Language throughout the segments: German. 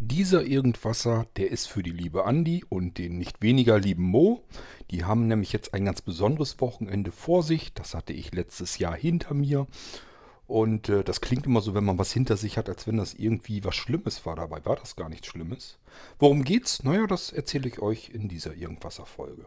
Dieser Irgendwasser, der ist für die liebe Andi und den nicht weniger lieben Mo. Die haben nämlich jetzt ein ganz besonderes Wochenende vor sich. Das hatte ich letztes Jahr hinter mir. Und das klingt immer so, wenn man was hinter sich hat, als wenn das irgendwie was Schlimmes war. Dabei war das gar nichts Schlimmes. Worum geht's? Naja, das erzähle ich euch in dieser Irgendwasser-Folge.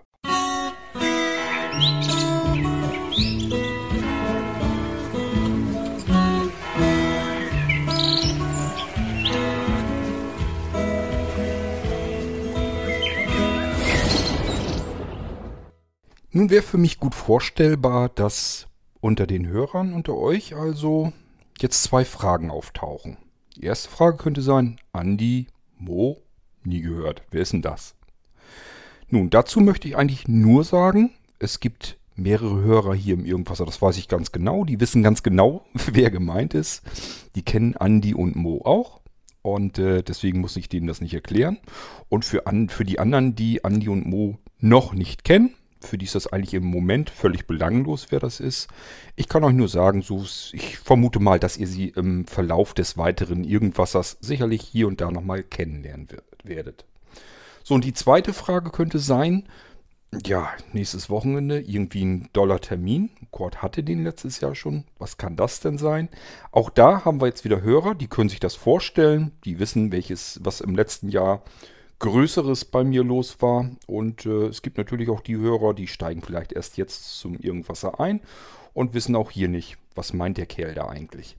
Nun wäre für mich gut vorstellbar, dass unter den Hörern, unter euch also, jetzt zwei Fragen auftauchen. Die erste Frage könnte sein, Andi, Mo, nie gehört. Wer ist denn das? Nun, dazu möchte ich eigentlich nur sagen, es gibt mehrere Hörer hier im Irgendwasser, das weiß ich ganz genau. Die wissen ganz genau, wer gemeint ist. Die kennen Andi und Mo auch. Und deswegen muss ich denen das nicht erklären. Und für die anderen, die Andi und Mo noch nicht kennen, für die ist das eigentlich im Moment völlig belanglos, wer das ist. Ich kann euch nur sagen, ich vermute mal, dass ihr sie im Verlauf des weiteren Irgendwassers sicherlich hier und da nochmal kennenlernen werdet. So, und die zweite Frage könnte sein, ja, nächstes Wochenende, irgendwie ein Dollar-Termin. Kurt hatte den letztes Jahr schon. Was kann das denn sein? Auch da haben wir jetzt wieder Hörer, die können sich das vorstellen. Die wissen, was im letzten Jahr Größeres bei mir los war. Und es gibt natürlich auch die Hörer, die steigen vielleicht erst jetzt zum Irgendwasser ein und wissen auch hier nicht, was meint der Kerl da eigentlich.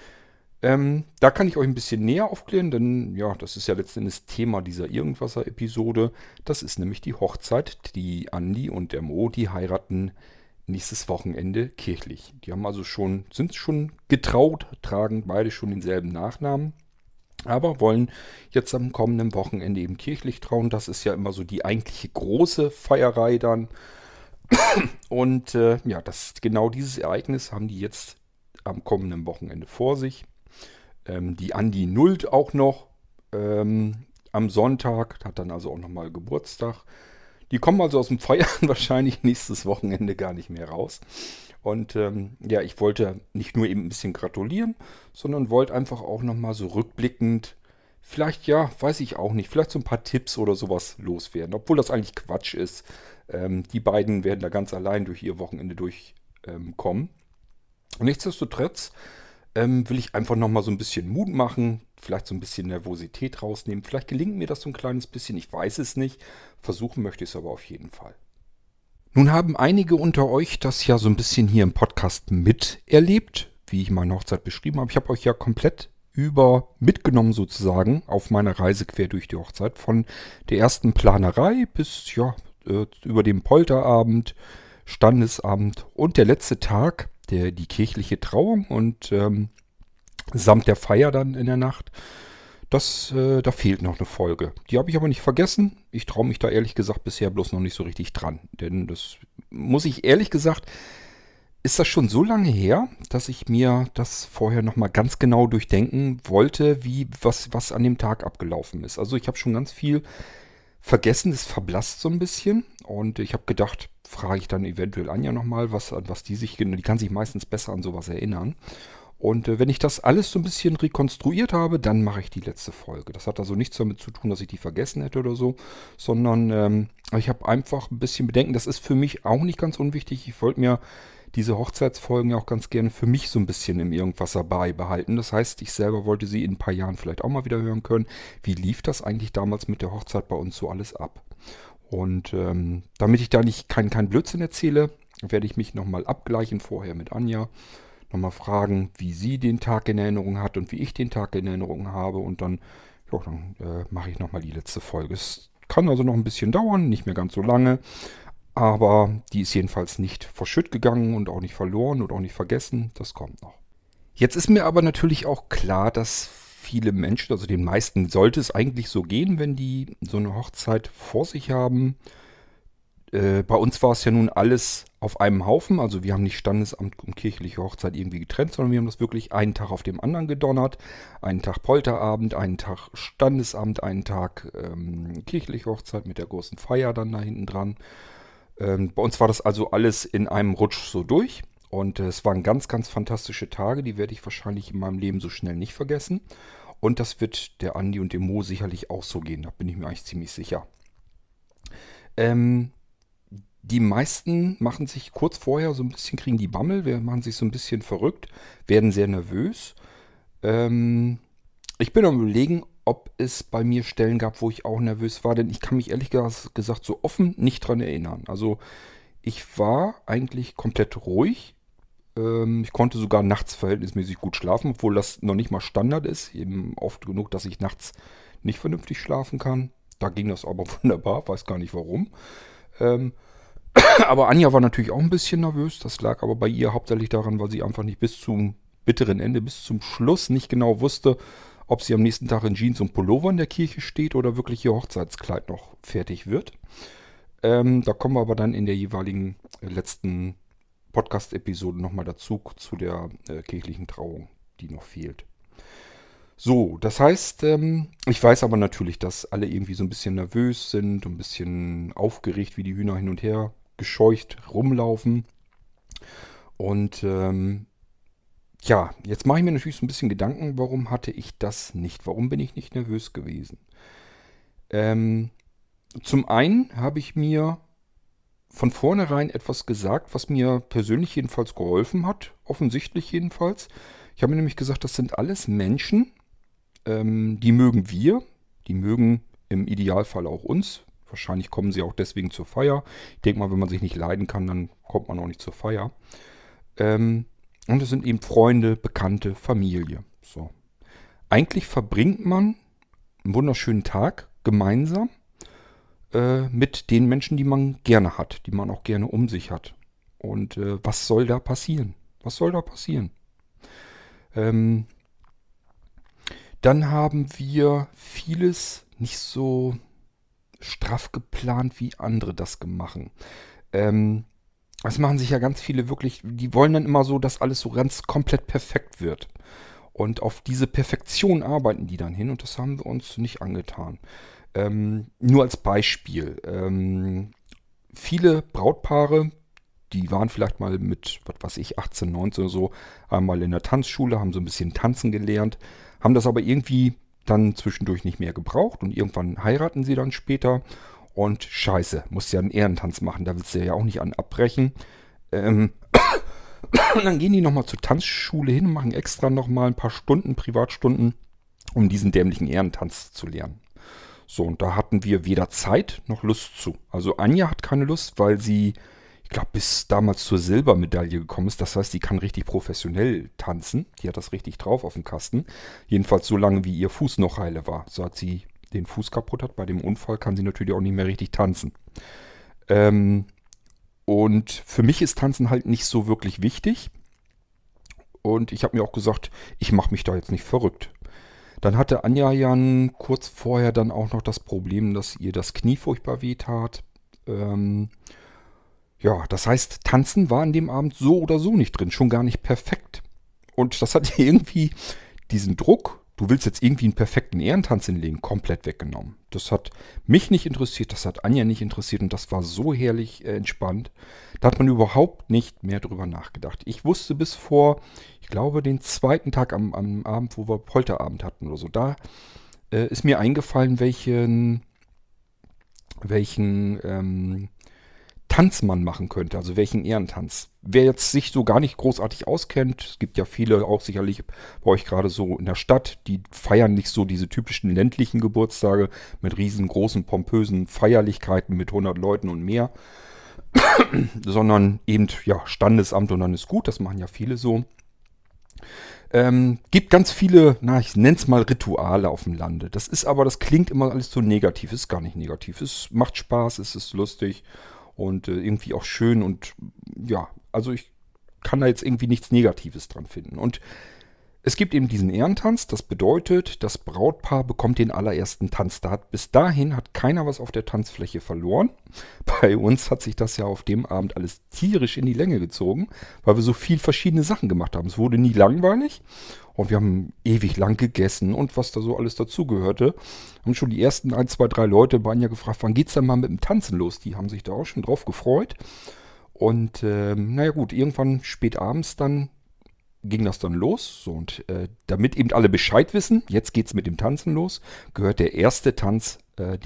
Da kann ich euch ein bisschen näher aufklären, denn ja, das ist ja letzten Endes Thema dieser Irgendwasser-Episode. Das ist nämlich die Hochzeit. Die Andi und der Mo, die heiraten nächstes Wochenende kirchlich. Die sind schon getraut, tragen beide schon denselben Nachnamen. Aber wollen jetzt am kommenden Wochenende eben kirchlich trauen. Das ist ja immer so die eigentliche große Feierei dann. Und ja, genau dieses Ereignis haben die jetzt am kommenden Wochenende vor sich. Die Andi nullt auch noch am Sonntag, hat dann also auch nochmal Geburtstag. Die kommen also aus dem Feiern wahrscheinlich nächstes Wochenende gar nicht mehr raus. Und ja, ich wollte nicht nur eben ein bisschen gratulieren, sondern wollte einfach auch nochmal so rückblickend, vielleicht, ja, weiß ich auch nicht, vielleicht so ein paar Tipps oder sowas loswerden. Obwohl das eigentlich Quatsch ist. Die beiden werden da ganz allein durch ihr Wochenende durchkommen. Nichtsdestotrotz will ich einfach nochmal so ein bisschen Mut machen, vielleicht so ein bisschen Nervosität rausnehmen. Vielleicht gelingt mir das so ein kleines bisschen, ich weiß es nicht. Versuchen möchte ich es aber auf jeden Fall. Nun haben einige unter euch das ja so ein bisschen hier im Podcast miterlebt, wie ich meine Hochzeit beschrieben habe. Ich habe euch ja komplett mitgenommen sozusagen auf meiner Reise quer durch die Hochzeit. Von der ersten Planerei bis ja über den Polterabend, Standesamt und der letzte Tag, die kirchliche Trauung und samt der Feier dann in der Nacht. Da fehlt noch eine Folge. Die habe ich aber nicht vergessen. Ich traue mich da ehrlich gesagt bisher bloß noch nicht so richtig dran. Denn das muss ich ehrlich gesagt, ist das schon so lange her, dass ich mir das vorher nochmal ganz genau durchdenken wollte, was an dem Tag abgelaufen ist. Also ich habe schon ganz viel vergessen, es verblasst so ein bisschen. Und ich habe gedacht, frage ich dann eventuell Anja nochmal, an was die kann sich meistens besser an sowas erinnern. Und wenn ich das alles so ein bisschen rekonstruiert habe, dann mache ich die letzte Folge. Das hat also nichts damit zu tun, dass ich die vergessen hätte oder so, sondern ich habe einfach ein bisschen Bedenken. Das ist für mich auch nicht ganz unwichtig. Ich wollte mir diese Hochzeitsfolgen ja auch ganz gerne für mich so ein bisschen im Irgendwasser beibehalten. Das heißt, ich selber wollte sie in ein paar Jahren vielleicht auch mal wieder hören können. Wie lief das eigentlich damals mit der Hochzeit bei uns so alles ab? Und damit ich da nicht kein Blödsinn erzähle, werde ich mich nochmal abgleichen vorher mit Anja. Nochmal fragen, wie sie den Tag in Erinnerung hat und wie ich den Tag in Erinnerung habe. Und dann mache ich nochmal die letzte Folge. Es kann also noch ein bisschen dauern, nicht mehr ganz so lange. Aber die ist jedenfalls nicht verschütt gegangen und auch nicht verloren und auch nicht vergessen. Das kommt noch. Jetzt ist mir aber natürlich auch klar, dass viele Menschen, also den meisten sollte es eigentlich so gehen, wenn die so eine Hochzeit vor sich haben. Bei uns war es ja nun alles auf einem Haufen. Also wir haben nicht Standesamt und kirchliche Hochzeit irgendwie getrennt, sondern wir haben das wirklich einen Tag auf dem anderen gedonnert. Einen Tag Polterabend, einen Tag Standesamt, einen Tag kirchliche Hochzeit mit der großen Feier dann da hinten dran. Bei uns war das also alles in einem Rutsch so durch. Und es waren ganz, ganz fantastische Tage. Die werde ich wahrscheinlich in meinem Leben so schnell nicht vergessen. Und das wird der Andi und dem Mo sicherlich auch so gehen. Da bin ich mir eigentlich ziemlich sicher. Ähm, Die meisten machen sich kurz vorher so ein bisschen, kriegen die Bammel, wir machen sich so ein bisschen verrückt, werden sehr nervös. Ähm, Ich bin am Überlegen, ob es bei mir Stellen gab, wo ich auch nervös war, denn ich kann mich ehrlich gesagt so offen nicht dran erinnern. Also ich war eigentlich komplett ruhig. Ich konnte sogar nachts verhältnismäßig gut schlafen, obwohl das noch nicht mal Standard ist. Eben oft genug, dass ich nachts nicht vernünftig schlafen kann. Da ging das aber wunderbar, weiß gar nicht warum. Ähm, aber Anja war natürlich auch ein bisschen nervös. Das lag aber bei ihr hauptsächlich daran, weil sie einfach nicht bis zum bitteren Ende, bis zum Schluss nicht genau wusste, ob sie am nächsten Tag in Jeans und Pullover in der Kirche steht oder wirklich ihr Hochzeitskleid noch fertig wird. Da kommen wir aber dann in der jeweiligen letzten Podcast-Episode nochmal dazu, zu der kirchlichen Trauung, die noch fehlt. So, das heißt, ich weiß aber natürlich, dass alle irgendwie so ein bisschen nervös sind und ein bisschen aufgeregt, wie die Hühner hin und her gescheucht rumlaufen. Und ja, jetzt mache ich mir natürlich so ein bisschen Gedanken, warum hatte ich das nicht? Warum bin ich nicht nervös gewesen? Ähm, Zum einen habe ich mir von vornherein etwas gesagt, was mir persönlich jedenfalls geholfen hat, offensichtlich jedenfalls. Ich habe mir nämlich gesagt, das sind alles Menschen, die mögen wir, die mögen im Idealfall auch uns. Wahrscheinlich kommen sie auch deswegen zur Feier. Ich denke mal, wenn man sich nicht leiden kann, dann kommt man auch nicht zur Feier. Und es sind eben Freunde, Bekannte, Familie. So. Eigentlich verbringt man einen wunderschönen Tag gemeinsam mit den Menschen, die man gerne hat, die man auch gerne um sich hat. Und was soll da passieren? Was soll da passieren? Ähm, Dann haben wir vieles nicht so straff geplant, wie andere das machen. Es machen sich ja ganz viele wirklich, die wollen dann immer so, dass alles so ganz komplett perfekt wird. Und auf diese Perfektion arbeiten die dann hin und das haben wir uns nicht angetan. Nur als Beispiel. Viele Brautpaare, die waren vielleicht mal mit, was weiß ich, 18, 19 oder so, einmal in der Tanzschule, haben so ein bisschen tanzen gelernt, haben das aber irgendwie dann zwischendurch nicht mehr gebraucht und irgendwann heiraten sie dann später und scheiße, musst ja einen Ehrentanz machen, da willst du ja auch nicht an abbrechen. Ähm, und dann gehen die nochmal zur Tanzschule hin und machen extra nochmal ein paar Stunden, Privatstunden, um diesen dämlichen Ehrentanz zu lernen. So, und da hatten wir weder Zeit noch Lust zu. Also Anja hat keine Lust, weil sie, ich glaube, bis damals zur Silbermedaille gekommen ist. Das heißt, die kann richtig professionell tanzen. Die hat das richtig drauf auf dem Kasten. Jedenfalls so lange, wie ihr Fuß noch heile war. So hat sie den Fuß kaputt hat. Bei dem Unfall kann sie natürlich auch nicht mehr richtig tanzen. Und für mich ist Tanzen halt nicht so wirklich wichtig. Und ich habe mir auch gesagt, ich mache mich da jetzt nicht verrückt. Dann hatte Anja ja kurz vorher dann auch noch das Problem, dass ihr das Knie furchtbar wehtat. Ja, das heißt, Tanzen war an dem Abend so oder so nicht drin, schon gar nicht perfekt. Und das hat irgendwie diesen Druck, du willst jetzt irgendwie einen perfekten Ehrentanz hinlegen, komplett weggenommen. Das hat mich nicht interessiert, das hat Anja nicht interessiert und das war so herrlich entspannt. Da hat man überhaupt nicht mehr drüber nachgedacht. Ich wusste bis vor, ich glaube, den zweiten Tag am Abend, wo wir Polterabend hatten oder so, da ist mir eingefallen, welchen Tanz man machen könnte, also welchen Ehrentanz. Wer jetzt sich so gar nicht großartig auskennt, es gibt ja viele auch sicherlich bei euch gerade so in der Stadt, die feiern nicht so diese typischen ländlichen Geburtstage mit riesengroßen, pompösen Feierlichkeiten mit 100 Leuten und mehr, sondern eben, ja, Standesamt und dann ist gut, das machen ja viele so. Gibt ganz viele, na, ich nenne es mal Rituale auf dem Lande. Das klingt immer alles so negativ, ist gar nicht negativ. Es macht Spaß, es ist lustig und irgendwie auch schön und ja, also ich kann da jetzt irgendwie nichts Negatives dran finden. Und es gibt eben diesen Ehrentanz, das bedeutet, das Brautpaar bekommt den allerersten Tanz. Bis dahin hat keiner was auf der Tanzfläche verloren. Bei uns hat sich das ja auf dem Abend alles tierisch in die Länge gezogen, weil wir so viel verschiedene Sachen gemacht haben. Es wurde nie langweilig und wir haben ewig lang gegessen und was da so alles dazugehörte. Haben schon die ersten 1, 2, 3 Leute bei Anja gefragt, wann geht's denn mal mit dem Tanzen los? Die haben sich da auch schon drauf gefreut. Und naja gut, irgendwann spät abends dann ging das dann los. So, und damit eben alle Bescheid wissen, jetzt geht's mit dem Tanzen los, gehört der erste Tanz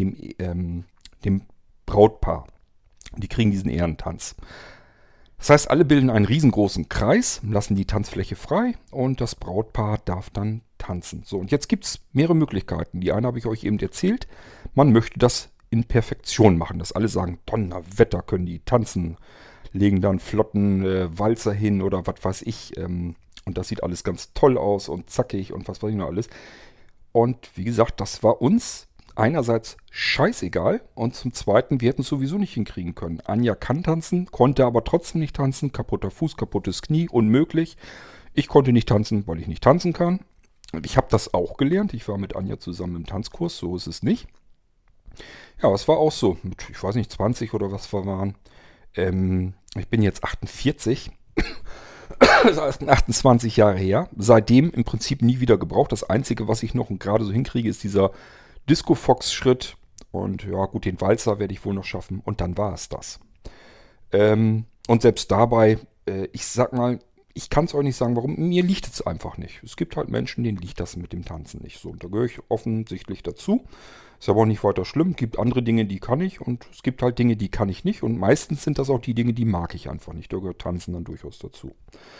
dem Brautpaar. Die kriegen diesen Ehrentanz. Das heißt, alle bilden einen riesengroßen Kreis, lassen die Tanzfläche frei und das Brautpaar darf dann tanzen. So, und jetzt gibt es mehrere Möglichkeiten. Die eine habe ich euch eben erzählt. Man möchte das in Perfektion machen, dass alle sagen, Donnerwetter, können die tanzen, legen dann flotten Walzer hin oder was weiß ich. Und das sieht alles ganz toll aus und zackig und was weiß ich noch alles. Und wie gesagt, das war uns einerseits scheißegal und zum Zweiten, wir hätten es sowieso nicht hinkriegen können. Anja kann tanzen, konnte aber trotzdem nicht tanzen. Kaputter Fuß, kaputtes Knie, unmöglich. Ich konnte nicht tanzen, weil ich nicht tanzen kann. Und ich habe das auch gelernt. Ich war mit Anja zusammen im Tanzkurs, so ist es nicht. Ja, es war auch so, mit, ich weiß nicht, 20 oder was wir waren. Ich bin jetzt 48. Das ist 28 Jahre her. Seitdem im Prinzip nie wieder gebraucht. Das Einzige, was ich noch gerade so hinkriege, ist dieser Disco-Fox-Schritt. Und ja, gut, den Walzer werde ich wohl noch schaffen. Und dann war es das. Und selbst dabei, ich sag mal, ich kann es euch nicht sagen, warum. Mir liegt es einfach nicht. Es gibt halt Menschen, denen liegt das mit dem Tanzen nicht so. Und da gehöre ich offensichtlich dazu. Ist aber auch nicht weiter schlimm. Es gibt andere Dinge, die kann ich. Und es gibt halt Dinge, die kann ich nicht. Und meistens sind das auch die Dinge, die mag ich einfach nicht. Da gehört Tanzen dann durchaus dazu.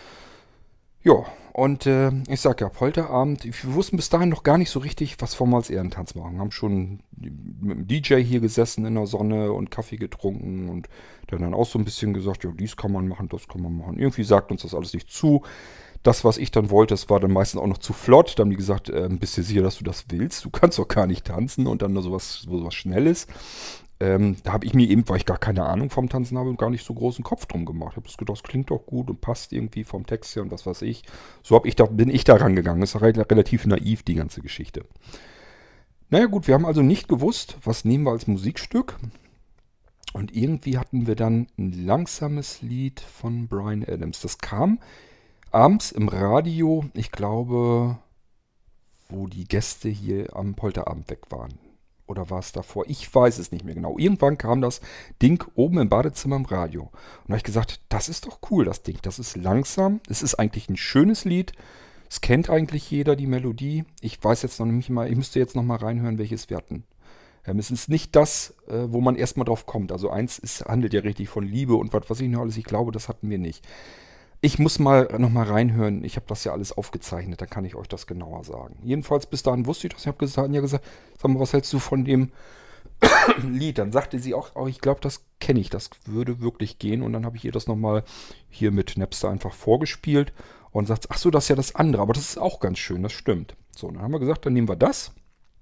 Ja, und ich sag ja, Polterabend, wir wussten bis dahin noch gar nicht so richtig, was wollen wir als Ehrentanz machen. Wir haben schon mit dem DJ hier gesessen in der Sonne und Kaffee getrunken und der dann auch so ein bisschen gesagt, ja, dies kann man machen, das kann man machen. Irgendwie sagt uns das alles nicht zu. Das, was ich dann wollte, das war dann meistens auch noch zu flott. Da haben die gesagt, bist du sicher, dass du das willst? Du kannst doch gar nicht tanzen und dann nur sowas Schnelles. Da habe ich mir eben, weil ich gar keine Ahnung vom Tanzen habe, gar nicht so großen Kopf drum gemacht. Ich habe das gedacht, das klingt doch gut und passt irgendwie vom Text her und was weiß ich. So bin ich da rangegangen. Das ist relativ naiv, die ganze Geschichte. Naja gut, wir haben also nicht gewusst, was nehmen wir als Musikstück. Und irgendwie hatten wir dann ein langsames Lied von Bryan Adams. Das kam abends im Radio, ich glaube, wo die Gäste hier am Polterabend weg waren. Oder war es davor? Ich weiß es nicht mehr genau. Irgendwann kam das Ding oben im Badezimmer im Radio. Und da habe ich gesagt, das ist doch cool, das Ding. Das ist langsam. Es ist eigentlich ein schönes Lied. Es kennt eigentlich jeder, die Melodie. Ich weiß jetzt noch nicht mal, ich müsste jetzt noch mal reinhören, welches wir hatten. Es ist nicht das, wo man erstmal drauf kommt. Also handelt ja richtig von Liebe und was weiß ich noch alles. Ich glaube, das hatten wir nicht. Ich muss noch mal reinhören. Ich habe das ja alles aufgezeichnet, dann kann ich euch das genauer sagen. Jedenfalls bis dahin wusste ich das. Ich habe gesagt, sag mal, was hältst du von dem Lied? Dann sagte sie auch, oh, ich glaube, das kenne ich, das würde wirklich gehen. Und dann habe ich ihr das noch mal hier mit Napster einfach vorgespielt und sagt, ach so, das ist ja das andere, aber das ist auch ganz schön, das stimmt. So, dann haben wir gesagt, dann nehmen wir das.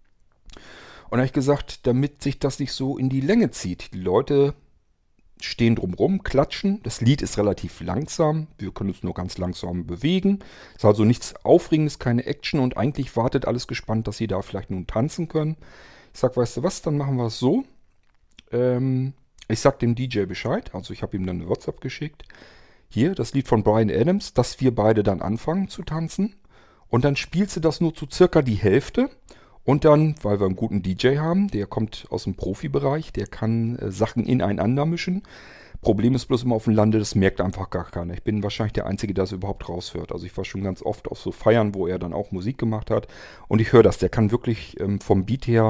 Und dann habe ich gesagt, damit sich das nicht so in die Länge zieht. Die Leute stehen drumrum, klatschen. Das Lied ist relativ langsam. Wir können uns nur ganz langsam bewegen. Ist also nichts Aufregendes, keine Action und eigentlich wartet alles gespannt, dass sie da vielleicht nun tanzen können. Ich sag, weißt du was, dann machen wir es so. Ich sag dem DJ Bescheid, also ich habe ihm dann eine WhatsApp geschickt. Hier, das Lied von Bryan Adams, dass wir beide dann anfangen zu tanzen. Und dann spielst du das nur zu circa die Hälfte. Und dann, weil wir einen guten DJ haben, der kommt aus dem Profibereich, der kann Sachen ineinander mischen. Problem ist bloß immer auf dem Lande, das merkt einfach gar keiner. Ich bin wahrscheinlich der Einzige, der es überhaupt raushört. Also ich war schon ganz oft auf so Feiern, wo er dann auch Musik gemacht hat. Und ich höre das, der kann wirklich vom Beat her,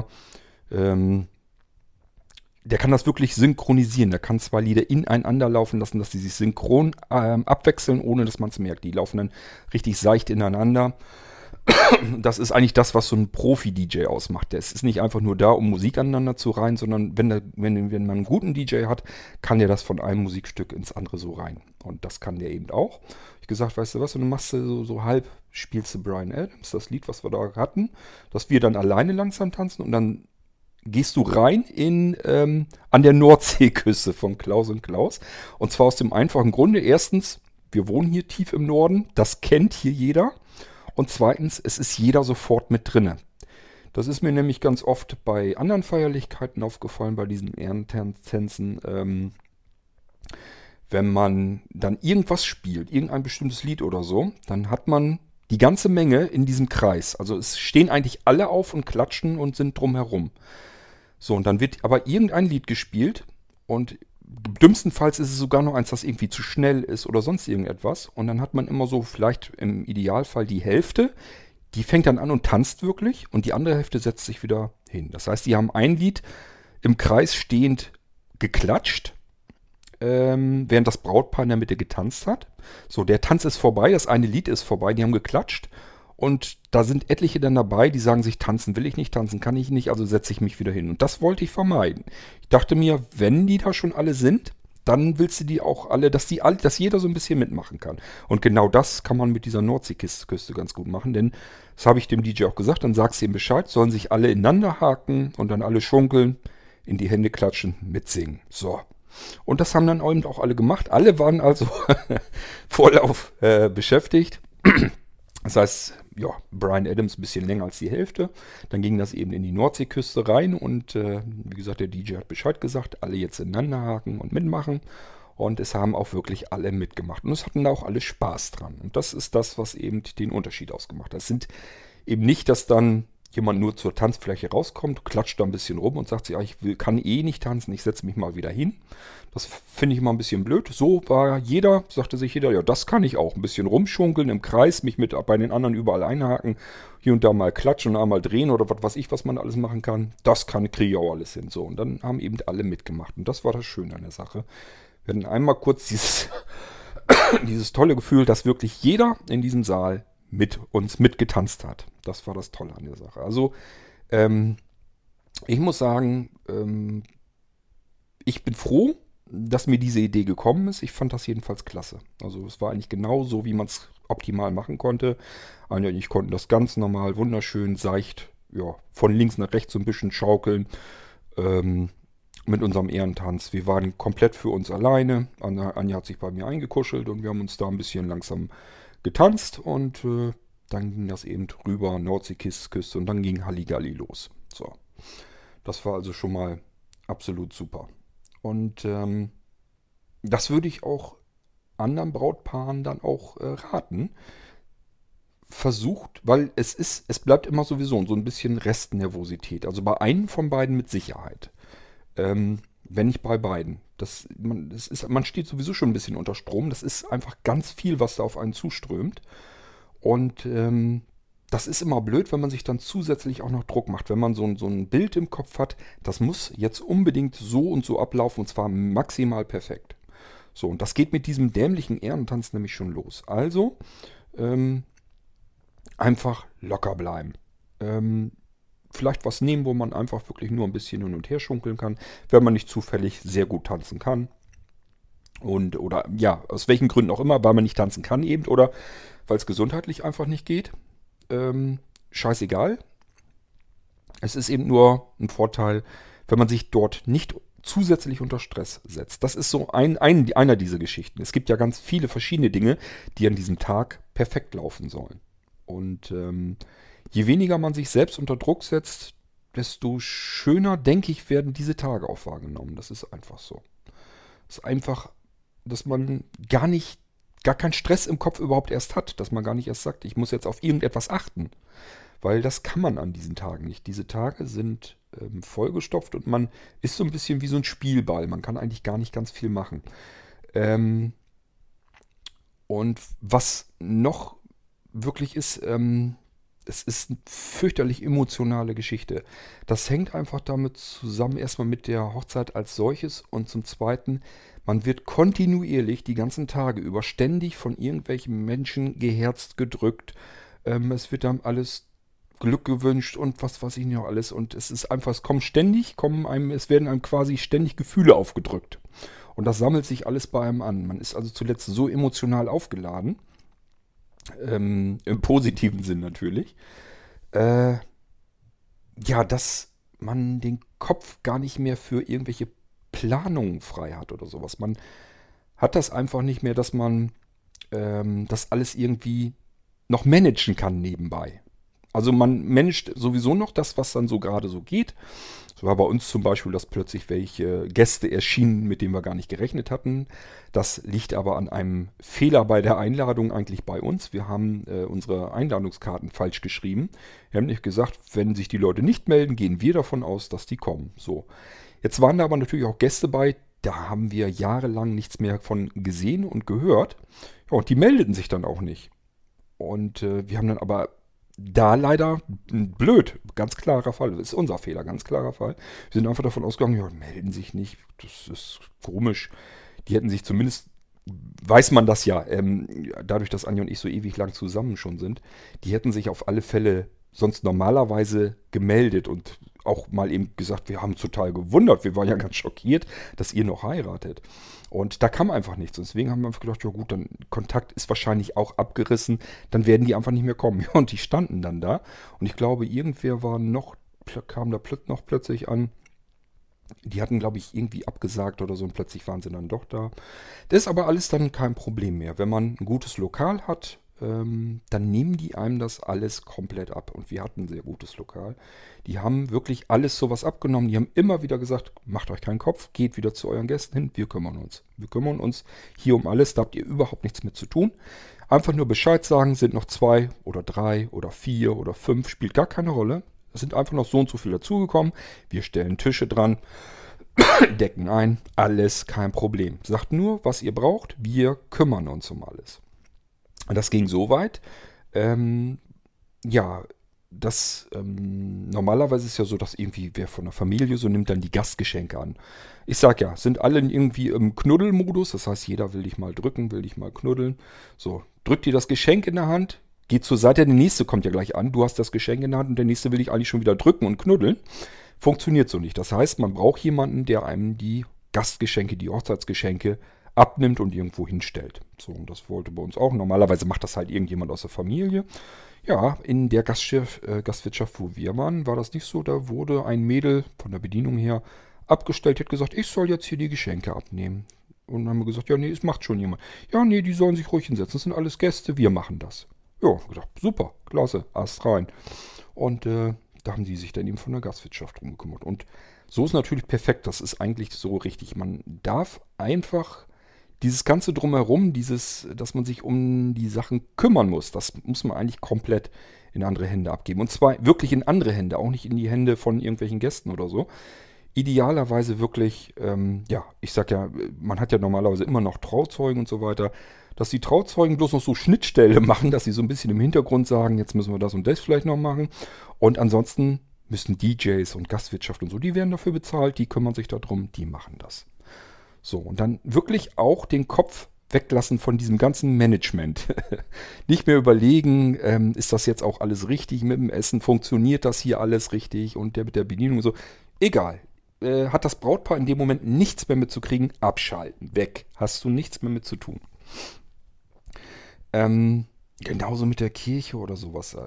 der kann das wirklich synchronisieren. Der kann zwei Lieder ineinander laufen lassen, dass die sich synchron abwechseln, ohne dass man es merkt. Die laufen dann richtig seicht ineinander. Das ist eigentlich das, was so ein Profi-DJ ausmacht. Der ist nicht einfach nur da, um Musik aneinander zu reihen, sondern wenn man einen guten DJ hat, kann der das von einem Musikstück ins andere so rein. Und das kann der eben auch. Ich habe gesagt, weißt du was, und dann machst du so halb, spielst du Bryan Adams, das Lied, was wir da hatten, dass wir dann alleine langsam tanzen und dann gehst du rein an der Nordseeküste von Klaus und Klaus. Und zwar aus dem einfachen Grunde. Erstens, wir wohnen hier tief im Norden, das kennt hier jeder. Und zweitens, es ist jeder sofort mit drinne. Das ist mir nämlich ganz oft bei anderen Feierlichkeiten aufgefallen, bei diesen Ehrentänzen. Wenn man dann irgendwas spielt, irgendein bestimmtes Lied oder so, dann hat man die ganze Menge in diesem Kreis. Also es stehen eigentlich alle auf und klatschen und sind drumherum. So, und dann wird aber irgendein Lied gespielt und Dümmstenfalls ist es sogar noch eins, das irgendwie zu schnell ist oder sonst irgendetwas. Und dann hat man immer so vielleicht im Idealfall die Hälfte, die fängt dann an und tanzt wirklich und die andere Hälfte setzt sich wieder hin. Das heißt, die haben ein Lied im Kreis stehend geklatscht, während das Brautpaar in der Mitte getanzt hat. So, der Tanz ist vorbei, das eine Lied ist vorbei, die haben geklatscht. Und da sind etliche dann dabei, die sagen sich, tanzen will ich nicht, tanzen kann ich nicht, also setze ich mich wieder hin. Und das wollte ich vermeiden. Ich dachte mir, wenn die da schon alle sind, dann willst du die auch alle, dass jeder so ein bisschen mitmachen kann. Und genau das kann man mit dieser Nordseeküste ganz gut machen, denn das habe ich dem DJ auch gesagt, dann sagst du ihm Bescheid, sollen sich alle ineinander haken und dann alle schunkeln, in die Hände klatschen, mitsingen. So. Und das haben dann eben auch alle gemacht. Alle waren also vollauf beschäftigt. Das heißt, ja, Bryan Adams ein bisschen länger als die Hälfte. Dann ging das eben in die Nordseeküste rein und wie gesagt, der DJ hat Bescheid gesagt, alle jetzt ineinander haken und mitmachen. Und es haben auch wirklich alle mitgemacht. Und es hatten da auch alle Spaß dran. Und das ist das, was eben den Unterschied ausgemacht hat. Es sind eben nicht, dass dann jemand nur zur Tanzfläche rauskommt, klatscht da ein bisschen rum und sagt sich, ja, kann eh nicht tanzen, ich setze mich mal wieder hin. Das finde ich immer ein bisschen blöd. So sagte sich jeder, ja, das kann ich auch. Ein bisschen rumschunkeln im Kreis, mich mit bei den anderen überall einhaken, hier und da mal klatschen und einmal drehen oder was weiß ich, was man alles machen kann. Kriege ich auch alles hin. So, und dann haben eben alle mitgemacht. Und das war das Schöne an der Sache. Wir hatten einmal kurz dieses tolle Gefühl, dass wirklich jeder in diesem Saal mit uns mitgetanzt hat. Das war das Tolle an der Sache. Also, ich muss sagen, ich bin froh, dass mir diese Idee gekommen ist. Ich fand das jedenfalls klasse. Also es war eigentlich genau so, wie man es optimal machen konnte. Anja und ich konnten das ganz normal, wunderschön, seicht, ja, von links nach rechts so ein bisschen schaukeln. Mit unserem Ehrentanz. Wir waren komplett für uns alleine. Anja hat sich bei mir eingekuschelt und wir haben uns da ein bisschen langsam getanzt und dann ging das eben rüber, Nordseeküste und dann ging Halligalli los. So, das war also schon mal absolut super. Und das würde ich auch anderen Brautpaaren dann auch raten. Versucht, weil es bleibt immer sowieso so ein bisschen Restnervosität. Also bei einem von beiden mit Sicherheit. Wenn nicht bei beiden. Man steht sowieso schon ein bisschen unter Strom. Das ist einfach ganz viel, was da auf einen zuströmt. Und das ist immer blöd, wenn man sich dann zusätzlich auch noch Druck macht. Wenn man so ein Bild im Kopf hat, das muss jetzt unbedingt so und so ablaufen und zwar maximal perfekt. So, und das geht mit diesem dämlichen Ehrentanz nämlich schon los. Also, einfach locker bleiben. Vielleicht was nehmen, wo man einfach wirklich nur ein bisschen hin und her schunkeln kann, wenn man nicht zufällig sehr gut tanzen kann. Oder ja, aus welchen Gründen auch immer, weil man nicht tanzen kann eben oder weil es gesundheitlich einfach nicht geht. Scheißegal. Es ist eben nur ein Vorteil, wenn man sich dort nicht zusätzlich unter Stress setzt. Das ist so einer dieser Geschichten. Es gibt ja ganz viele verschiedene Dinge, die an diesem Tag perfekt laufen sollen. Und je weniger man sich selbst unter Druck setzt, desto schöner, denke ich, werden diese Tage auch wahrgenommen. Das ist einfach so. Es ist einfach, dass man gar keinen Stress im Kopf überhaupt erst hat, dass man gar nicht erst sagt, ich muss jetzt auf irgendetwas achten. Weil das kann man an diesen Tagen nicht. Diese Tage sind vollgestopft und man ist so ein bisschen wie so ein Spielball. Man kann eigentlich gar nicht ganz viel machen. Und was noch wirklich ist, es ist eine fürchterlich emotionale Geschichte. Das hängt einfach damit zusammen, erstmal mit der Hochzeit als solches und zum Zweiten, man wird kontinuierlich die ganzen Tage über ständig von irgendwelchen Menschen geherzt, gedrückt. Es wird dann alles Glück gewünscht und was weiß ich noch alles. Und es ist einfach, es werden einem quasi ständig Gefühle aufgedrückt. Und das sammelt sich alles bei einem an. Man ist also zuletzt so emotional aufgeladen. Im positiven Sinn natürlich. Ja, dass man den Kopf gar nicht mehr für irgendwelche Planungen frei hat oder sowas. Man hat das einfach nicht mehr, dass man das alles irgendwie noch managen kann nebenbei. Also man managt sowieso noch das, was dann so gerade so geht. So war bei uns zum Beispiel, dass plötzlich welche Gäste erschienen, mit denen wir gar nicht gerechnet hatten. Das liegt aber an einem Fehler bei der Einladung eigentlich bei uns. Wir haben unsere Einladungskarten falsch geschrieben. Wir haben nicht gesagt, wenn sich die Leute nicht melden, gehen wir davon aus, dass die kommen. So. Jetzt waren da aber natürlich auch Gäste bei, da haben wir jahrelang nichts mehr von gesehen und gehört. Ja, und die meldeten sich dann auch nicht. Und wir haben dann aber da leider blöd, ganz klarer Fall, das ist unser Fehler, ganz klarer Fall. Wir sind einfach davon ausgegangen, ja, melden sich nicht, das ist komisch. Die hätten sich zumindest, weiß man das ja, dadurch, dass Anja und ich so ewig lang zusammen schon sind, die hätten sich auf alle Fälle sonst normalerweise gemeldet und auch mal eben gesagt, wir haben total gewundert, wir waren ja ganz schockiert, dass ihr noch heiratet. Und da kam einfach nichts. Und deswegen haben wir einfach gedacht, ja gut, dann Kontakt ist wahrscheinlich auch abgerissen, dann werden die einfach nicht mehr kommen. Ja, und die standen dann da. Und ich glaube, irgendwer war noch, kam da noch plötzlich an. Die hatten, glaube ich, irgendwie abgesagt oder so und plötzlich waren sie dann doch da. Das ist aber alles dann kein Problem mehr. Wenn man ein gutes Lokal hat, dann nehmen die einem das alles komplett ab. Und wir hatten ein sehr gutes Lokal. Die haben wirklich alles sowas abgenommen. Die haben immer wieder gesagt, macht euch keinen Kopf, geht wieder zu euren Gästen hin, wir kümmern uns. Wir kümmern uns hier um alles, da habt ihr überhaupt nichts mit zu tun. Einfach nur Bescheid sagen, sind noch 2 oder 3 oder 4 oder 5, spielt gar keine Rolle. Es sind einfach noch so und so viele dazugekommen. Wir stellen Tische dran, decken ein, alles kein Problem. Sagt nur, was ihr braucht, wir kümmern uns um alles. Und das ging so weit, ja, dass normalerweise ist ja so, dass irgendwie wer von der Familie so nimmt dann die Gastgeschenke an. Ich sag ja, sind alle irgendwie im Knuddelmodus, das heißt, jeder will dich mal drücken, will dich mal knuddeln. So, drückt dir das Geschenk in der Hand, geht zur Seite, der nächste kommt ja gleich an, du hast das Geschenk in der Hand und der nächste will dich eigentlich schon wieder drücken und knuddeln. Funktioniert so nicht. Das heißt, man braucht jemanden, der einem die Gastgeschenke, die Hochzeitsgeschenke abnimmt und irgendwo hinstellt. So, und das wollte bei uns auch. Normalerweise macht das halt irgendjemand aus der Familie. Ja, in der Gastwirtschaft, wo wir waren, war das nicht so. Da wurde ein Mädel von der Bedienung her abgestellt, die hat gesagt, ich soll jetzt hier die Geschenke abnehmen. Und dann haben wir gesagt, ja, nee, es macht schon jemand. Ja, nee, die sollen sich ruhig hinsetzen. Das sind alles Gäste, wir machen das. Ja, gedacht, super, klasse, Ast rein. Und da haben die sich dann eben von der Gastwirtschaft drum gekümmert. Und so ist natürlich perfekt. Das ist eigentlich so richtig. Man darf einfach dieses ganze Drumherum, dass man sich um die Sachen kümmern muss, das muss man eigentlich komplett in andere Hände abgeben. Und zwar wirklich in andere Hände, auch nicht in die Hände von irgendwelchen Gästen oder so. Idealerweise wirklich, ja, ich sag ja, man hat ja normalerweise immer noch Trauzeugen und so weiter, dass die Trauzeugen bloß noch so Schnittstelle machen, dass sie so ein bisschen im Hintergrund sagen, jetzt müssen wir das und das vielleicht noch machen. Und ansonsten müssen DJs und Gastwirtschaft und so, die werden dafür bezahlt, die kümmern sich darum, die machen das. So, und dann wirklich auch den Kopf weglassen von diesem ganzen Management. Nicht mehr überlegen, ist das jetzt auch alles richtig mit dem Essen, funktioniert das hier alles richtig und der mit der Bedienung und so. Egal. Hat das Brautpaar in dem Moment nichts mehr mitzukriegen, abschalten, weg. Hast du nichts mehr mit zu tun. Genauso mit der Kirche oder sowas.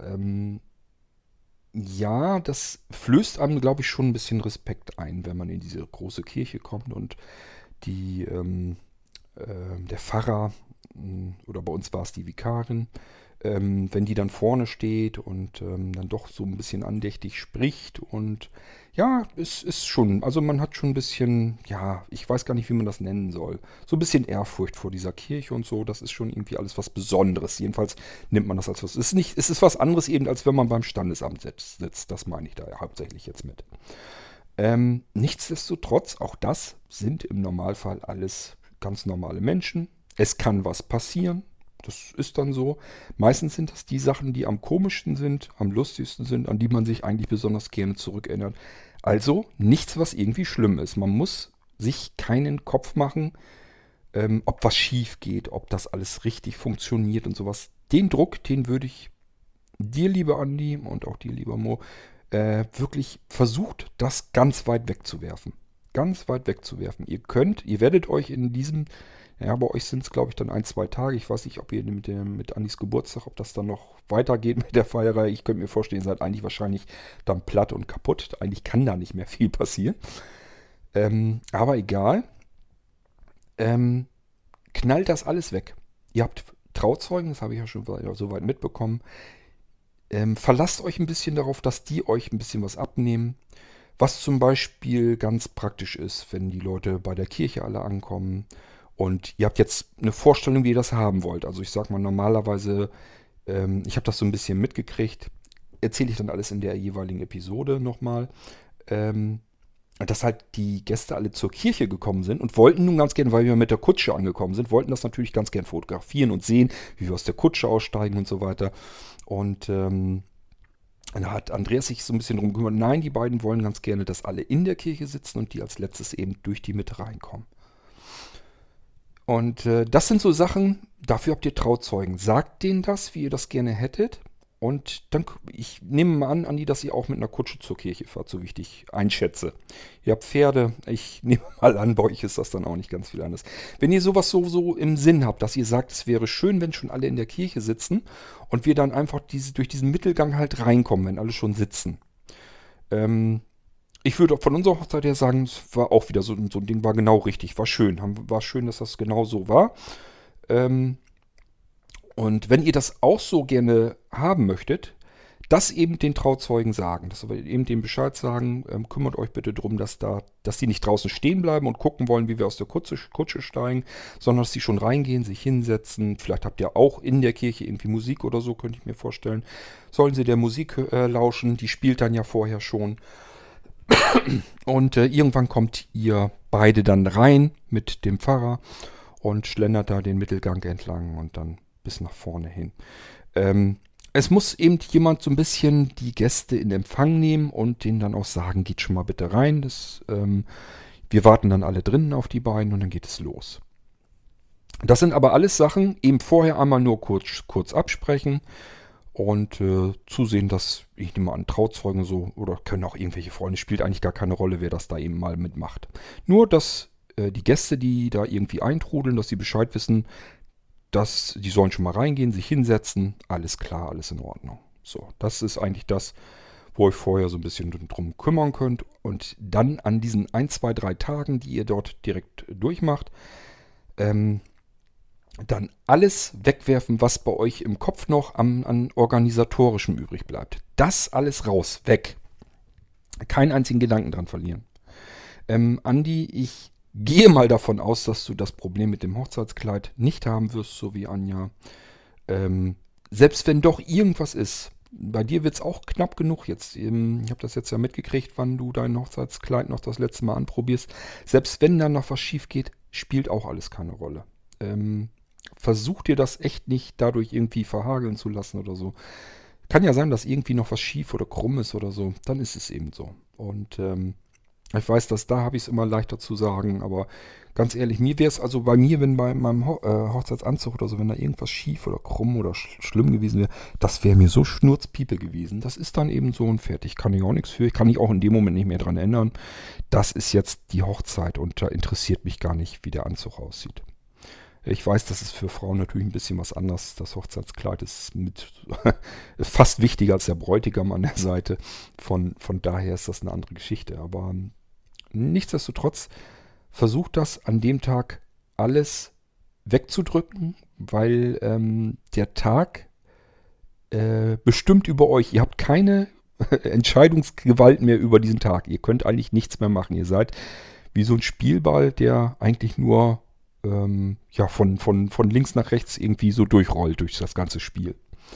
Ja, das flößt einem, glaube ich, schon ein bisschen Respekt ein, wenn man in diese große Kirche kommt und der Pfarrer, oder bei uns war es die Vikarin, wenn die dann vorne steht und dann doch so ein bisschen andächtig spricht und ja, es ist schon, also man hat schon ein bisschen, ja, ich weiß gar nicht, wie man das nennen soll, so ein bisschen Ehrfurcht vor dieser Kirche und so, das ist schon irgendwie alles was Besonderes. Jedenfalls nimmt man das als was, es ist was anderes eben, als wenn man beim Standesamt sitzt, das meine ich da hauptsächlich jetzt mit. Nichtsdestotrotz, auch das sind im Normalfall alles ganz normale Menschen. Es kann was passieren, das ist dann so. Meistens sind das die Sachen, die am komischsten sind, am lustigsten sind, an die man sich eigentlich besonders gerne zurückerinnert. Also nichts, was irgendwie schlimm ist. Man muss sich keinen Kopf machen, ob was schief geht, ob das alles richtig funktioniert und sowas. Den Druck, den würde ich dir, lieber Andi, und auch dir, lieber Mo, wirklich versucht, das ganz weit wegzuwerfen. Ganz weit wegzuwerfen. Ihr werdet euch in diesem, ja, bei euch sind es, glaube ich, dann 1, 2 Tage. Ich weiß nicht, ob ihr mit Andis Geburtstag, ob das dann noch weitergeht mit der Feierei. Ich könnte mir vorstellen, ihr seid eigentlich wahrscheinlich dann platt und kaputt. Eigentlich kann da nicht mehr viel passieren. Aber egal. Knallt das alles weg. Ihr habt Trauzeugen, das habe ich ja schon so weit mitbekommen. Verlasst euch ein bisschen darauf, dass die euch ein bisschen was abnehmen. Was zum Beispiel ganz praktisch ist, wenn die Leute bei der Kirche alle ankommen und ihr habt jetzt eine Vorstellung, wie ihr das haben wollt. Also ich sag mal normalerweise, ich habe das so ein bisschen mitgekriegt, erzähle ich dann alles in der jeweiligen Episode nochmal. dass halt die Gäste alle zur Kirche gekommen sind und wollten nun ganz gern, weil wir mit der Kutsche angekommen sind, wollten das natürlich ganz gern fotografieren und sehen, wie wir aus der Kutsche aussteigen und so weiter. Und dann hat Andreas sich so ein bisschen drum gekümmert. Nein, die beiden wollen ganz gerne, dass alle in der Kirche sitzen und die als letztes eben durch die Mitte reinkommen. Und das sind so Sachen, dafür habt ihr Trauzeugen. Sagt denen das, wie ihr das gerne hättet. Und dann, ich nehme mal an, Andi, dass ihr auch mit einer Kutsche zur Kirche fahrt, so wie ich dich einschätze. Ihr habt Pferde, ich nehme mal an, bei euch ist das dann auch nicht ganz viel anders. Wenn ihr sowas so im Sinn habt, dass ihr sagt, es wäre schön, wenn schon alle in der Kirche sitzen und wir dann einfach durch diesen Mittelgang halt reinkommen, wenn alle schon sitzen. Ich würde auch von unserer Hochzeit her sagen, es war auch wieder so ein Ding, war genau richtig, war schön. War schön, dass das genau so war. Und wenn ihr das auch so gerne haben möchtet, das eben den Trauzeugen sagen, dass wir eben dem Bescheid sagen, kümmert euch bitte darum, dass die nicht draußen stehen bleiben und gucken wollen, wie wir aus der Kutsche steigen, sondern dass die schon reingehen, sich hinsetzen. Vielleicht habt ihr auch in der Kirche irgendwie Musik oder so, könnte ich mir vorstellen. Sollen sie der Musik lauschen, die spielt dann ja vorher schon. Und irgendwann kommt ihr beide dann rein mit dem Pfarrer und schlendert da den Mittelgang entlang und dann bis nach vorne hin. Es muss eben jemand so ein bisschen die Gäste in Empfang nehmen und denen dann auch sagen, geht schon mal bitte rein. Wir warten dann alle drinnen auf die beiden und dann geht es los. Das sind aber alles Sachen, eben vorher einmal nur kurz absprechen und zusehen, dass, ich nehme an, Trauzeugen so, oder können auch irgendwelche Freunde, spielt eigentlich gar keine Rolle, wer das da eben mal mitmacht. Nur, dass die Gäste, die da irgendwie eintrudeln, dass sie Bescheid wissen, die sollen schon mal reingehen, sich hinsetzen, alles klar, alles in Ordnung. So, das ist eigentlich das, wo ihr vorher so ein bisschen drum kümmern könnt. Und dann an diesen 1, 2, 3 Tagen, die ihr dort direkt durchmacht, dann alles wegwerfen, was bei euch im Kopf noch an organisatorischem übrig bleibt. Das alles raus, weg. Keinen einzigen Gedanken dran verlieren. Andi, ich gehe mal davon aus, dass du das Problem mit dem Hochzeitskleid nicht haben wirst, so wie Anja. Selbst wenn doch irgendwas ist, bei dir wird es auch knapp genug jetzt. Ich habe das jetzt ja mitgekriegt, wann du dein Hochzeitskleid noch das letzte Mal anprobierst. Selbst wenn da noch was schief geht, spielt auch alles keine Rolle. Versuch dir das echt nicht dadurch irgendwie verhageln zu lassen oder so. Kann ja sein, dass irgendwie noch was schief oder krumm ist oder so. Dann ist es eben so. Und ich weiß, dass da habe ich es immer leichter zu sagen, aber ganz ehrlich, mir wäre es also bei mir, wenn bei meinem Hochzeitsanzug oder so, wenn da irgendwas schief oder krumm oder schlimm gewesen wäre, das wäre mir so schnurzpiepe gewesen. Das ist dann eben so und fertig. Kann ich auch nichts für. Ich kann mich auch in dem Moment nicht mehr dran ändern. Das ist jetzt die Hochzeit und da interessiert mich gar nicht, wie der Anzug aussieht. Ich weiß, das ist für Frauen natürlich ein bisschen was anderes. Das Hochzeitskleid ist fast wichtiger als der Bräutigam an der Seite. Von daher ist das eine andere Geschichte. Aber nichtsdestotrotz versucht das an dem Tag alles wegzudrücken, weil der Tag bestimmt über euch. Ihr habt keine Entscheidungsgewalt mehr über diesen Tag. Ihr könnt eigentlich nichts mehr machen. Ihr seid wie so ein Spielball, der eigentlich nur von links nach rechts irgendwie so durchrollt durch das ganze Spiel.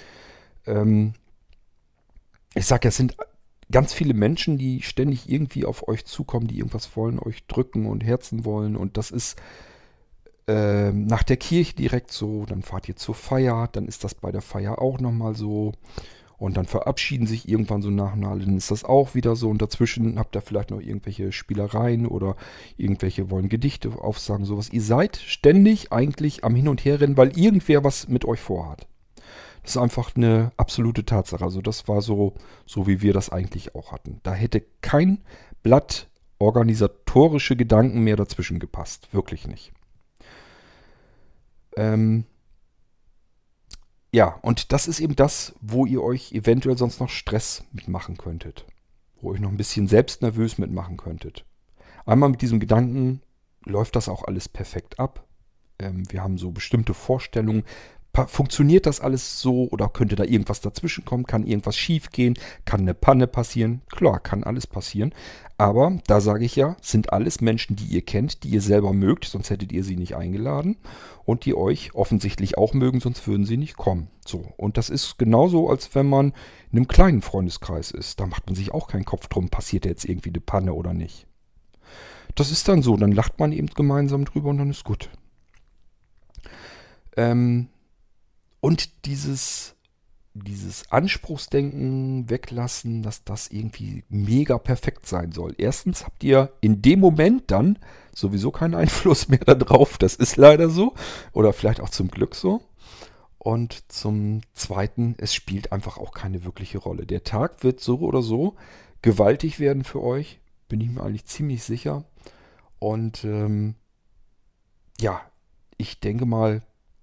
Ich sage, es sind ganz viele Menschen, die ständig irgendwie auf euch zukommen, die irgendwas wollen, euch drücken und Herzen wollen. Und das ist nach der Kirche direkt so. Dann fahrt ihr zur Feier, dann ist das bei der Feier auch nochmal so. Und dann verabschieden sich irgendwann so nach und nach, dann ist das auch wieder so. Und dazwischen habt ihr vielleicht noch irgendwelche Spielereien oder irgendwelche wollen Gedichte aufsagen, sowas. Ihr seid ständig eigentlich am Hin- und Herrennen, weil irgendwer was mit euch vorhat. Das ist einfach eine absolute Tatsache. Also das war so wie wir das eigentlich auch hatten. Da hätte kein Blatt organisatorische Gedanken mehr dazwischen gepasst. Wirklich nicht. Ja, und das ist eben das, wo ihr euch eventuell sonst noch Stress mitmachen könntet. Wo ihr euch noch ein bisschen selbst nervös mitmachen könntet. Einmal mit diesem Gedanken läuft das auch alles perfekt ab. Wir haben so bestimmte Vorstellungen. Funktioniert das alles so oder könnte da irgendwas dazwischen kommen? Kann irgendwas schief gehen? Kann eine Panne passieren? Klar, kann alles passieren. Aber da sage ich ja, sind alles Menschen, die ihr kennt, die ihr selber mögt, sonst hättet ihr sie nicht eingeladen. Und die euch offensichtlich auch mögen, sonst würden sie nicht kommen. So, und das ist genauso, als wenn man in einem kleinen Freundeskreis ist. Da macht man sich auch keinen Kopf drum, passiert jetzt irgendwie eine Panne oder nicht. das ist dann so. Dann lacht man eben gemeinsam drüber und dann ist gut. Ähm, und dieses Anspruchsdenken weglassen, dass das irgendwie mega perfekt sein soll. Erstens habt ihr in dem Moment dann sowieso keinen Einfluss mehr darauf. Das ist leider so. Oder vielleicht auch zum Glück so. Und zum Zweiten, es spielt einfach auch keine wirkliche Rolle. Der Tag wird so oder so gewaltig werden für euch. Bin ich mir eigentlich ziemlich sicher. Und ja, ich denke mal,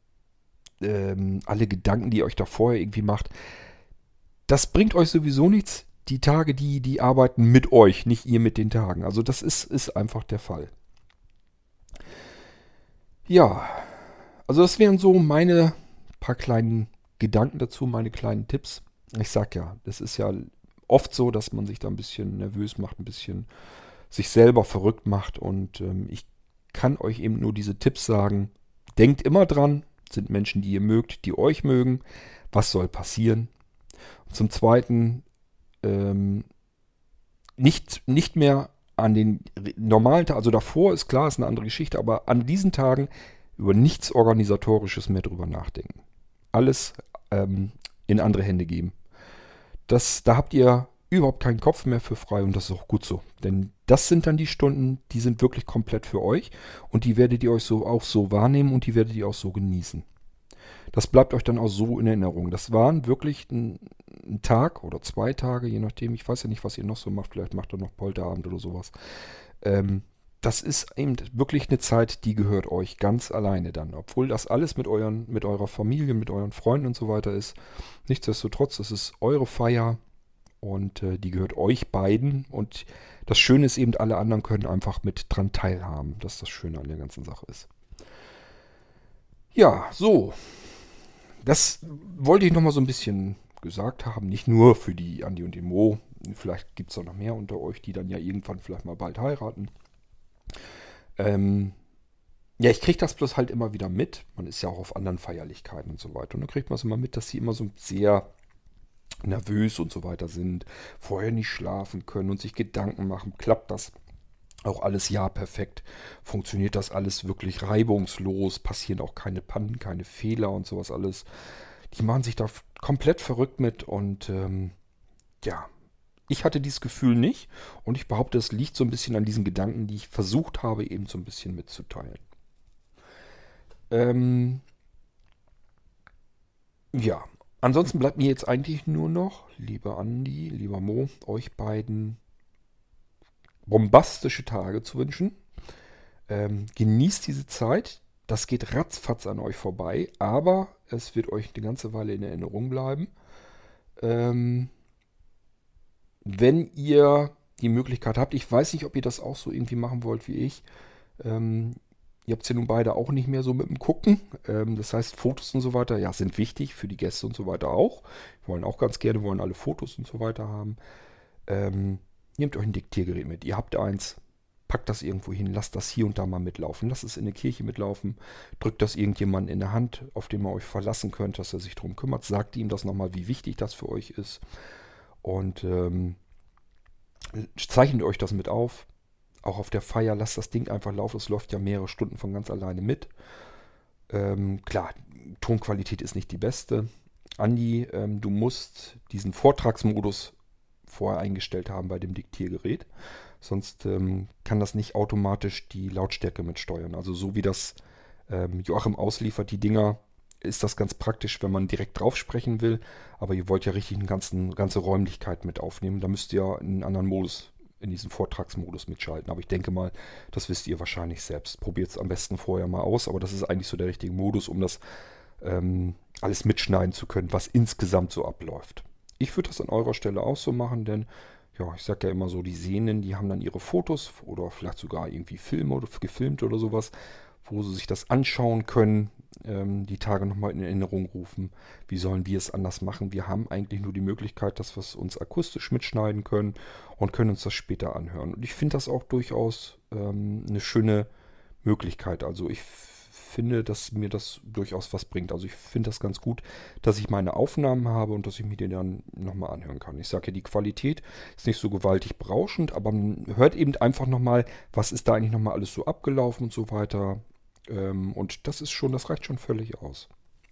alle Gedanken, die ihr euch da vorher irgendwie macht, das bringt euch sowieso nichts. Die Tage, die arbeiten mit euch, nicht ihr mit den Tagen. Also das ist einfach der Fall. Ja, also das wären so meine paar kleinen Gedanken dazu, meine kleinen Tipps. Ich sag ja, das ist ja oft so, dass man sich da ein bisschen nervös macht, ein bisschen sich selber verrückt macht. Und ich kann euch eben nur diese Tipps sagen. Denkt immer dran, sind Menschen, die ihr mögt, die euch mögen. Was soll passieren? Und zum Zweiten, nicht mehr an den normalen Tagen, also davor ist klar, ist eine andere Geschichte, aber an diesen Tagen über nichts Organisatorisches mehr drüber nachdenken. Alles in andere Hände geben. Da habt ihr überhaupt keinen Kopf mehr für frei und das ist auch gut so. Denn das sind dann die Stunden, die sind wirklich komplett für euch und die werdet ihr euch so auch so wahrnehmen und die werdet ihr auch so genießen. Das bleibt euch dann auch so in Erinnerung. Das waren wirklich ein Tag oder 2 Tage, je nachdem. Ich weiß ja nicht, was ihr noch so macht. Vielleicht macht ihr noch Polterabend oder sowas. Das ist eben wirklich eine Zeit, die gehört euch ganz alleine dann. Obwohl das alles mit eurer Familie, mit euren Freunden und so weiter ist. Nichtsdestotrotz, das ist eure Feier und die gehört euch beiden. Und das Schöne ist eben, alle anderen können einfach mit dran teilhaben. Das das Schöne an der ganzen Sache ist. Ja, so. Das wollte ich nochmal so ein bisschen gesagt haben. Nicht nur für die Andi und den Mo. Vielleicht gibt es auch noch mehr unter euch, die dann ja irgendwann vielleicht mal bald heiraten. Ähm, ja, ich kriege das bloß halt immer wieder mit. Man ist ja auch auf anderen Feierlichkeiten und so weiter. Und dann kriegt man es immer mit, dass sie immer so sehr nervös und so weiter sind, vorher nicht schlafen können und sich Gedanken machen. Klappt das auch alles ja perfekt? Funktioniert das alles wirklich reibungslos? Passieren auch keine Pannen, keine Fehler und sowas alles? Die machen sich da komplett verrückt mit und ja, ich hatte dieses Gefühl nicht und ich behaupte, es liegt so ein bisschen an diesen Gedanken, die ich versucht habe, eben so ein bisschen mitzuteilen. Ähm, ja, ansonsten bleibt mir jetzt eigentlich nur noch, lieber Andi, lieber Mo, euch beiden bombastische Tage zu wünschen. Genießt diese Zeit. Das geht ratzfatz an euch vorbei, aber es wird euch eine ganze Weile in Erinnerung bleiben. Ähm, wenn ihr die Möglichkeit habt, ich weiß nicht, ob ihr das auch so irgendwie machen wollt wie ich. Ähm, ihr habt es ja nun beide auch nicht mehr so mit dem Gucken. Das heißt, Fotos und so weiter, ja, sind wichtig für die Gäste und so weiter auch. Wir wollen auch ganz gerne, wollen alle Fotos und so weiter haben. Nehmt euch ein Diktiergerät mit. Ihr habt eins, packt das irgendwo hin, lasst das hier und da mal mitlaufen. Lasst es in der Kirche mitlaufen. Drückt das irgendjemanden in der Hand, auf den ihr euch verlassen könnt, dass er sich darum kümmert. Sagt ihm das nochmal, wie wichtig das für euch ist. Und zeichnet euch das mit auf. Auch auf der Feier lasst das Ding einfach laufen. Es läuft ja mehrere Stunden von ganz alleine mit. Klar, Tonqualität ist nicht die beste. Andi, du musst diesen Vortragsmodus vorher eingestellt haben bei dem Diktiergerät. Sonst kann das nicht automatisch die Lautstärke mitsteuern. Also so wie das Joachim ausliefert, die Dinger, ist das ganz praktisch, wenn man direkt drauf sprechen will. Aber ihr wollt ja richtig eine ganze Räumlichkeit mit aufnehmen. Da müsst ihr in einen anderen Modus, in diesen Vortragsmodus mitschalten. Aber ich denke mal, das wisst ihr wahrscheinlich selbst. Probiert es am besten vorher mal aus. Aber das ist eigentlich so der richtige Modus, um das alles mitschneiden zu können, was insgesamt so abläuft. Ich würde das an eurer Stelle auch so machen, denn ja, ich sage ja immer so, die Sehenden, die haben dann ihre Fotos oder vielleicht sogar irgendwie Filme oder gefilmt oder sowas, wo sie sich das anschauen können, die Tage nochmal in Erinnerung rufen. Wie sollen wir es anders machen? Wir haben eigentlich nur die Möglichkeit, dass wir es uns akustisch mitschneiden können und können uns das später anhören. Und ich finde das auch durchaus eine schöne Möglichkeit. Also ich finde, dass mir das durchaus was bringt. Also ich finde das ganz gut, dass ich meine Aufnahmen habe und dass ich mir die dann nochmal anhören kann. Ich sage ja, die Qualität ist nicht so gewaltig berauschend, aber man hört eben einfach nochmal, was ist da eigentlich nochmal alles so abgelaufen und so weiter. Und das reicht schon völlig aus.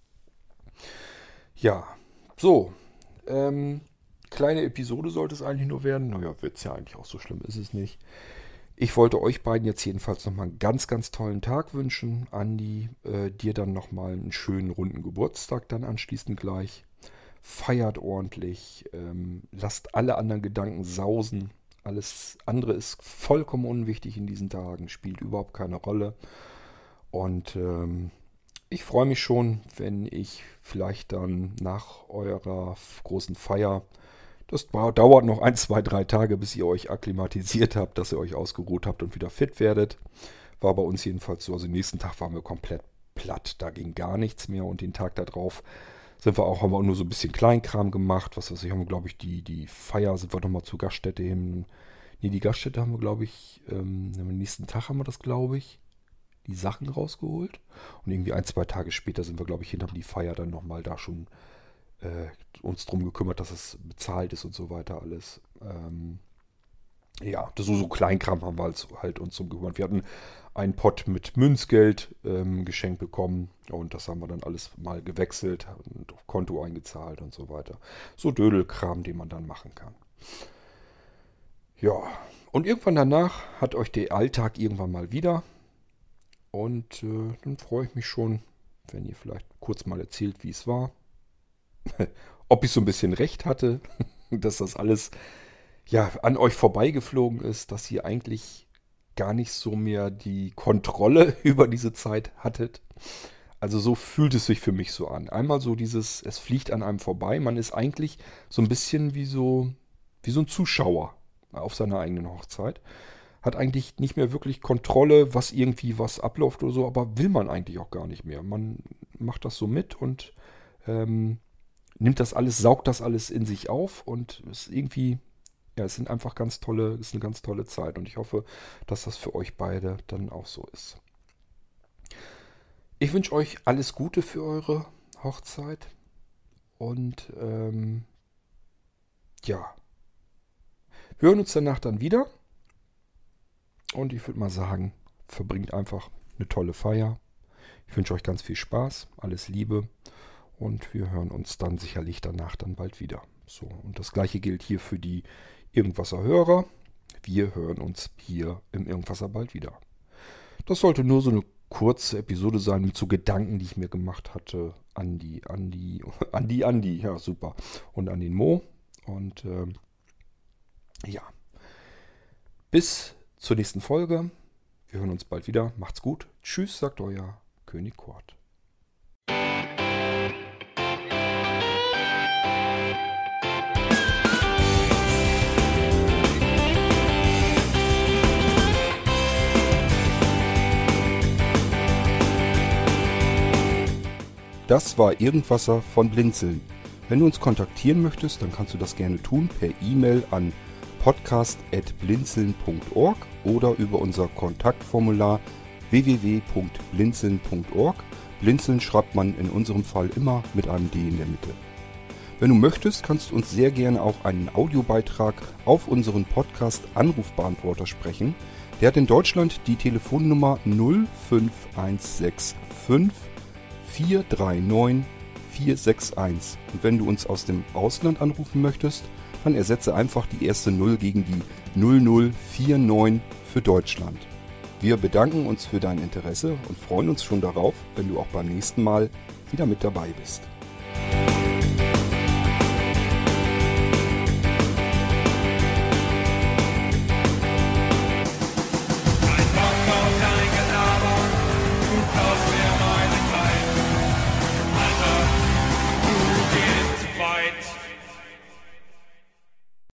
Ja, so. Kleine Episode sollte es eigentlich nur werden. Naja, wird es ja eigentlich auch, so schlimm ist es nicht. Ich wollte euch beiden jetzt jedenfalls nochmal einen ganz, ganz tollen Tag wünschen. Andi, dir dann nochmal einen schönen runden Geburtstag dann anschließend gleich. Feiert ordentlich, lasst alle anderen Gedanken sausen. Alles andere ist vollkommen unwichtig in diesen Tagen, spielt überhaupt keine Rolle. Und ich freue mich schon, wenn ich vielleicht dann nach eurer großen Feier, das dauert noch 1, 2, 3 Tage, bis ihr euch akklimatisiert habt, dass ihr euch ausgeruht habt und wieder fit werdet. War bei uns jedenfalls so. Also den nächsten Tag waren wir komplett platt. Da ging gar nichts mehr. Und den Tag darauf haben wir auch nur so ein bisschen Kleinkram gemacht. Was weiß ich, haben wir, glaube ich, die Feier, sind wir nochmal zur Gaststätte hin. Nee, die Gaststätte haben wir, glaube ich, am nächsten Tag haben wir das, glaube ich, die Sachen rausgeholt. Und irgendwie 1, 2 Tage später sind wir, glaube ich, hinter die Feier dann nochmal da schon uns drum gekümmert, dass es bezahlt ist und so weiter alles. Ja, so Kleinkram haben wir halt uns drum gekümmert. Wir hatten einen Pott mit Münzgeld geschenkt bekommen und das haben wir dann alles mal gewechselt und auf Konto eingezahlt und so weiter. So Dödelkram, den man dann machen kann. Ja, und irgendwann danach hat euch der Alltag irgendwann mal wieder. Und dann freue ich mich schon, wenn ihr vielleicht kurz mal erzählt, wie es war. Ob ich so ein bisschen recht hatte, dass das alles ja an euch vorbeigeflogen ist, dass ihr eigentlich gar nicht so mehr die Kontrolle über diese Zeit hattet. Also so fühlt es sich für mich so an. Einmal so dieses, es fliegt an einem vorbei. Man ist eigentlich so ein bisschen wie so ein Zuschauer auf seiner eigenen Hochzeit. Hat eigentlich nicht mehr wirklich Kontrolle, was abläuft oder so, aber will man eigentlich auch gar nicht mehr. Man macht das so mit und nimmt das alles, saugt das alles in sich auf und ist irgendwie, ja, ist eine ganz tolle Zeit und ich hoffe, dass das für euch beide dann auch so ist. Ich wünsche euch alles Gute für eure Hochzeit und ja, wir hören uns danach dann wieder und ich würde mal sagen, verbringt einfach eine tolle Feier. Ich wünsche euch ganz viel Spaß, alles Liebe. Und wir hören uns dann sicherlich danach dann bald wieder. So, und das gleiche gilt hier für die Irgendwasser-Hörer. Wir hören uns hier im Irgendwasser bald wieder. Das sollte nur so eine kurze Episode sein mit so Gedanken, die ich mir gemacht hatte. Andi, ja super. Und an den Mo. Und ja, bis zur nächsten Folge. Wir hören uns bald wieder. Macht's gut. Tschüss, sagt euer König Kurt. Das war Irgendwasser von Blinzeln. Wenn du uns kontaktieren möchtest, dann kannst du das gerne tun per E-Mail an podcast@blinzeln.org oder über unser Kontaktformular www.blinzeln.org. Blinzeln schreibt man in unserem Fall immer mit einem D in der Mitte. Wenn du möchtest, kannst du uns sehr gerne auch einen Audiobeitrag auf unseren Podcast-Anrufbeantworter sprechen. Der hat in Deutschland die Telefonnummer 05165 439 461. Und wenn du uns aus dem Ausland anrufen möchtest, dann ersetze einfach die erste 0 gegen die 0049 für Deutschland. Wir bedanken uns für dein Interesse und freuen uns schon darauf, wenn du auch beim nächsten Mal wieder mit dabei bist.